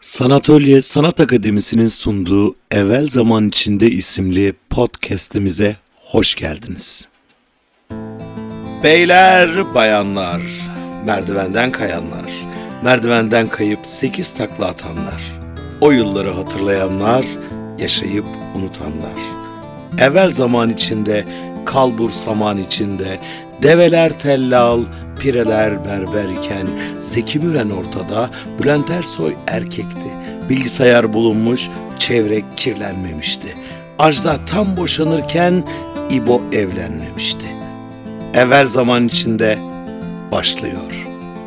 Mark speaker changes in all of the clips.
Speaker 1: Sanatölye Sanat Akademisi'nin sunduğu Evvel Zaman İçinde isimli podcast'imize hoş geldiniz. Beyler, bayanlar, merdivenden kayanlar, merdivenden kayıp 8 takla atanlar, o yılları hatırlayanlar, yaşayıp unutanlar. Evvel zaman içinde, kalbur saman içinde, develer tellal, pireler berber iken, Zeki Müren ortada, Bülent Ersoy erkekti. Bilgisayar bulunmuş, çevre kirlenmemişti. Ajda tam boşanırken İbo evlenmemişti. Evvel zaman içinde başlıyor.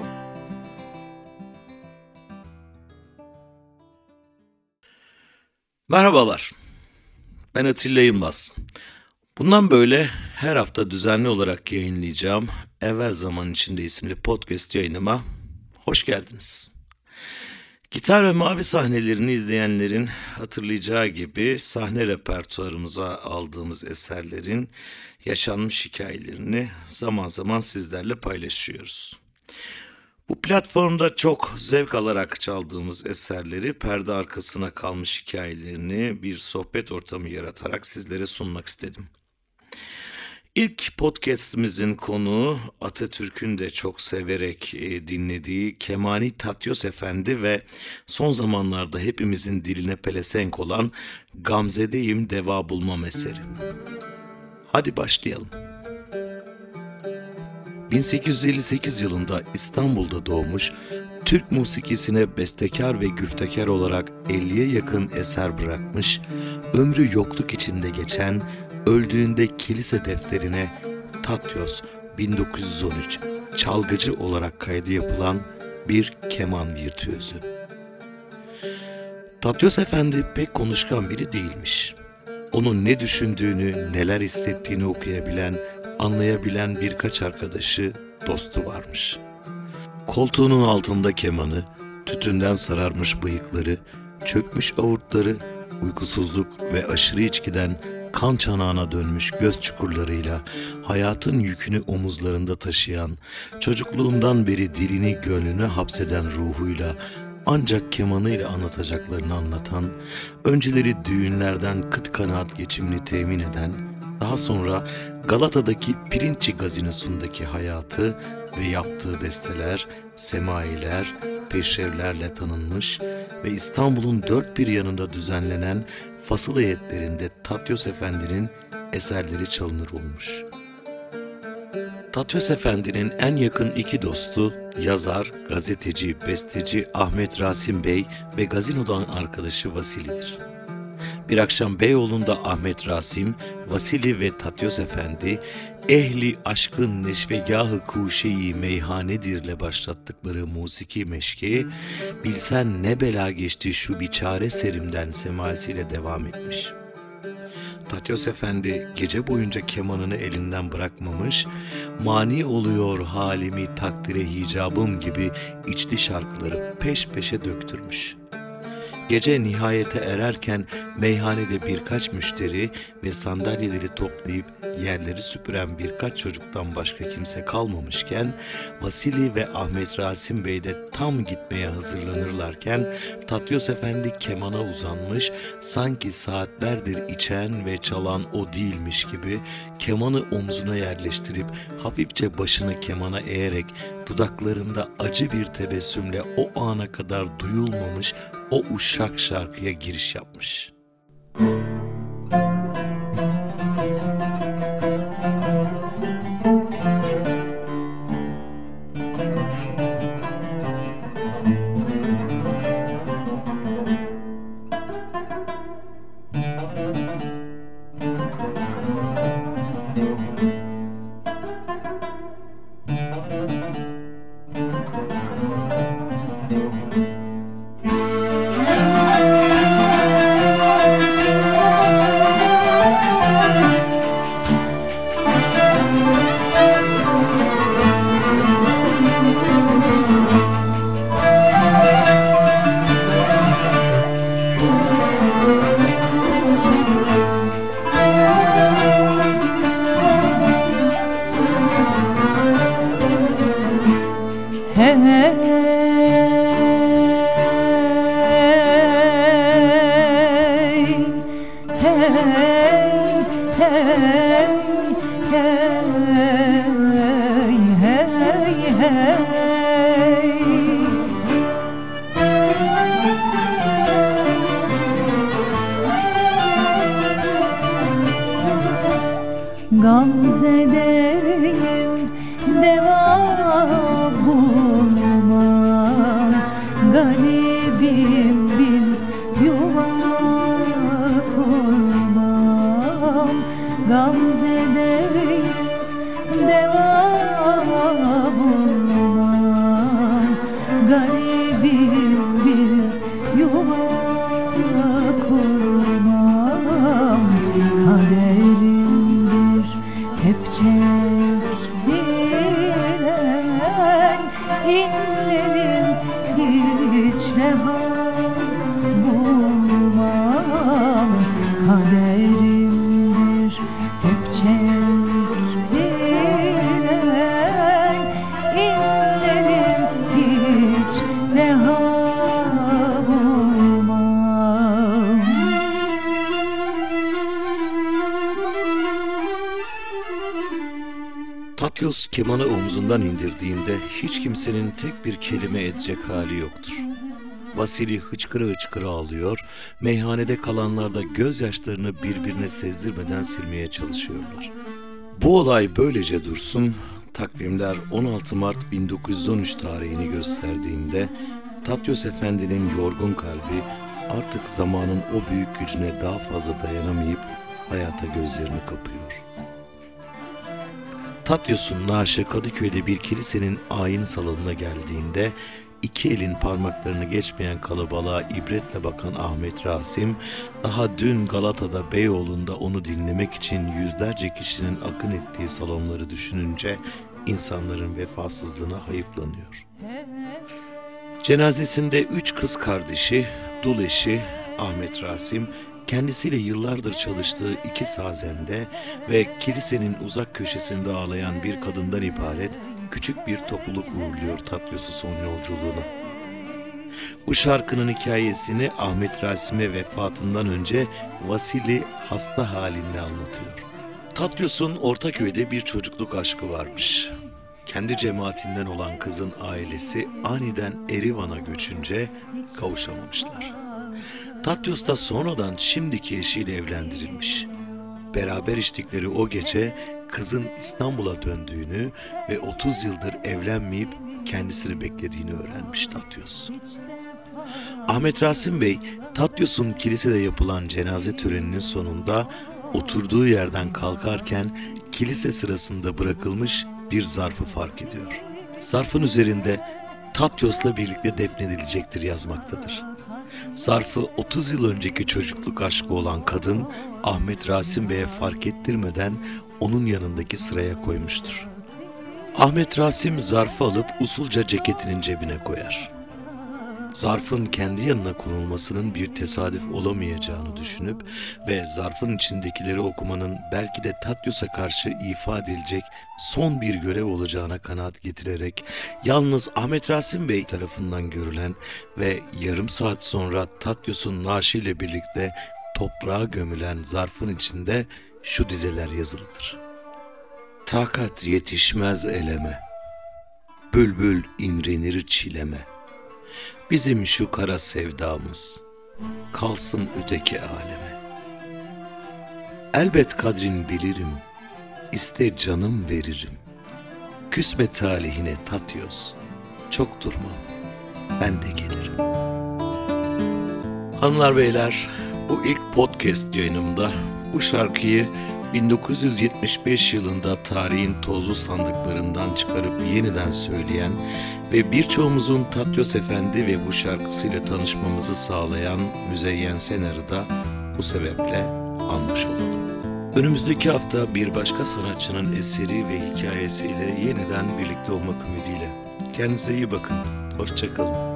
Speaker 1: Merhabalar, ben Atilla Yılmaz. Bundan böyle her hafta düzenli olarak yayınlayacağım Evvel Zaman İçinde isimli podcast yayınıma hoş geldiniz. Gitar ve mavi sahnelerini izleyenlerin hatırlayacağı gibi sahne repertuarımıza aldığımız eserlerin yaşanmış hikayelerini zaman zaman sizlerle paylaşıyoruz. Bu platformda çok zevk alarak çaldığımız eserleri, perde arkasına kalmış hikayelerini bir sohbet ortamı yaratarak sizlere sunmak istedim. İlk podcast'imizin konuğu Atatürk'ün de çok severek dinlediği Kemani Tatyos Efendi ve son zamanlarda hepimizin diline pelesenk olan Gamze'deyim Deva Bulmam eseri. Hadi başlayalım. 1858 yılında İstanbul'da doğmuş, Türk musikisine bestekar ve güftekar olarak 50'ye yakın eser bırakmış, ömrü yokluk içinde geçen, öldüğünde kilise defterine Tatyos 1913 çalgıcı olarak kaydı yapılan bir keman virtüözü. Tatyos Efendi pek konuşkan biri değilmiş. Onun ne düşündüğünü, neler hissettiğini okuyabilen, anlayabilen birkaç arkadaşı, dostu varmış. Koltuğunun altında kemanı, tütünden sararmış bıyıkları, çökmüş avurtları, uykusuzluk ve aşırı içkiden kan çanağına dönmüş göz çukurlarıyla hayatın yükünü omuzlarında taşıyan, çocukluğundan beri dilini gönlüne hapseden ruhuyla ancak kemanıyla anlatacaklarını anlatan, önceleri düğünlerden kıt kanaat geçimini temin eden, daha sonra Galata'daki Pirinççi gazinosundaki hayatı ve yaptığı besteler, semailer, peşrevlerle tanınmış ve İstanbul'un dört bir yanında düzenlenen fasıl heyetlerinde Tatyos Efendi'nin eserleri çalınır olmuş. Tatyos Efendi'nin en yakın iki dostu yazar, gazeteci, besteci Ahmet Rasim Bey ve gazinodan arkadaşı Vasili'dir. Bir akşam Beyoğlu'nda Ahmet Rasim, Vasili ve Tatyos Efendi, ehli aşkın neşvegahı kuşeyi meyhanedirle başlattıkları musiki meşki, bilsen ne bela geçti şu biçare serimden semasiyle devam etmiş. Tatyos Efendi gece boyunca kemanını elinden bırakmamış, mani oluyor halimi takdire hicabım gibi içli şarkıları peş peşe döktürmüş. Gece nihayete ererken meyhanede birkaç müşteri ve sandalyeleri toplayıp yerleri süpüren birkaç çocuktan başka kimse kalmamışken, Vasili ve Ahmet Rasim Bey de tam gitmeye hazırlanırlarken Tatyos Efendi kemana uzanmış, sanki saatlerdir içen ve çalan o değilmiş gibi kemanı omzuna yerleştirip hafifçe başını kemana eğerek dudaklarında acı bir tebessümle o ana kadar duyulmamış o uşak şarkıya giriş yapmış.
Speaker 2: Gamzedeyim deva bulmam, garibim bir yuva kurmam. Gamzedeyim deva bulmam, garibim bir yuva kurmam. Kaderimdir hep çektiren inlerim, hiç reha bulmam. Kaderimdir hep çektiren inlerim, hiç reha bulmam.
Speaker 1: Tatyos kemanı omzundan indirdiğinde hiç kimsenin tek bir kelime edecek hali yoktur. Vasili hıçkıra hıçkıra ağlıyor, meyhanede kalanlar da gözyaşlarını birbirine sezdirmeden silmeye çalışıyorlar. Bu olay böylece dursun, takvimler 16 Mart 1913 tarihini gösterdiğinde Tatyos Efendi'nin yorgun kalbi artık zamanın o büyük gücüne daha fazla dayanamayıp hayata gözlerini kapıyor. Tatyos'un naaşı Kadıköy'de bir kilisenin ayin salonuna geldiğinde iki elin parmaklarını geçmeyen kalabalığa ibretle bakan Ahmet Rasim, daha dün Galata'da Beyoğlu'nda onu dinlemek için yüzlerce kişinin akın ettiği salonları düşününce insanların vefasızlığına hayıflanıyor. Cenazesinde 3 kız kardeşi, dul eşi Ahmet Rasim, kendisiyle yıllardır çalıştığı 2 sazende ve kilisenin uzak köşesinde ağlayan bir kadından ibaret küçük bir topluluk uğurluyor Tatyos'u son yolculuğuna. Bu şarkının hikayesini Ahmet Rasim'e vefatından önce Vasili hasta halinde anlatıyor. Tatyos'un Ortaköy'de bir çocukluk aşkı varmış. Kendi cemaatinden olan kızın ailesi aniden Erivan'a göçünce kavuşamamışlar. Tatyos da sonradan şimdiki eşiyle evlendirilmiş. Beraber içtikleri o gece kızın İstanbul'a döndüğünü ve 30 yıldır evlenmeyip kendisini beklediğini öğrenmiş Tatyos. Ahmet Rasim Bey, Tatyos'un kilisede yapılan cenaze töreninin sonunda oturduğu yerden kalkarken kilise sırasında bırakılmış bir zarfı fark ediyor. Zarfın üzerinde Tatyos'la birlikte defnedilecektir yazmaktadır. Zarfı 30 yıl önceki çocukluk aşkı olan kadın Ahmet Rasim Bey'e fark ettirmeden onun yanındaki sıraya koymuştur. Ahmet Rasim zarfı alıp usulca ceketinin cebine koyar. Zarfın kendi yanına konulmasının bir tesadüf olamayacağını düşünüp ve zarfın içindekileri okumanın belki de Tatyos'a karşı ifa edilecek son bir görev olacağına kanaat getirerek yalnız Ahmet Rasim Bey tarafından görülen ve yarım saat sonra Tatyos'un naaşıyla birlikte toprağa gömülen zarfın içinde şu dizeler yazılıdır. Takat yetişmez eleme, bülbül imrenir çileme. Bizim şu kara sevdamız kalsın öteki aleme. Elbet kadrin bilirim, iste canım veririm. Küsme talihine Tatyos, çok durmam, ben de gelirim. Hanımlar beyler, bu ilk podcast yayınımda bu şarkıyı 1975 yılında tarihin tozlu sandıklarından çıkarıp yeniden söyleyen ve birçoğumuzun Tatyos Efendi ve bu şarkısıyla tanışmamızı sağlayan Müzeyyen Senar'ı da bu sebeple anmış olalım. Önümüzdeki hafta bir başka sanatçının eseri ve hikayesiyle yeniden birlikte olmak ümidiyle. Kendinize iyi bakın. Hoşça kalın.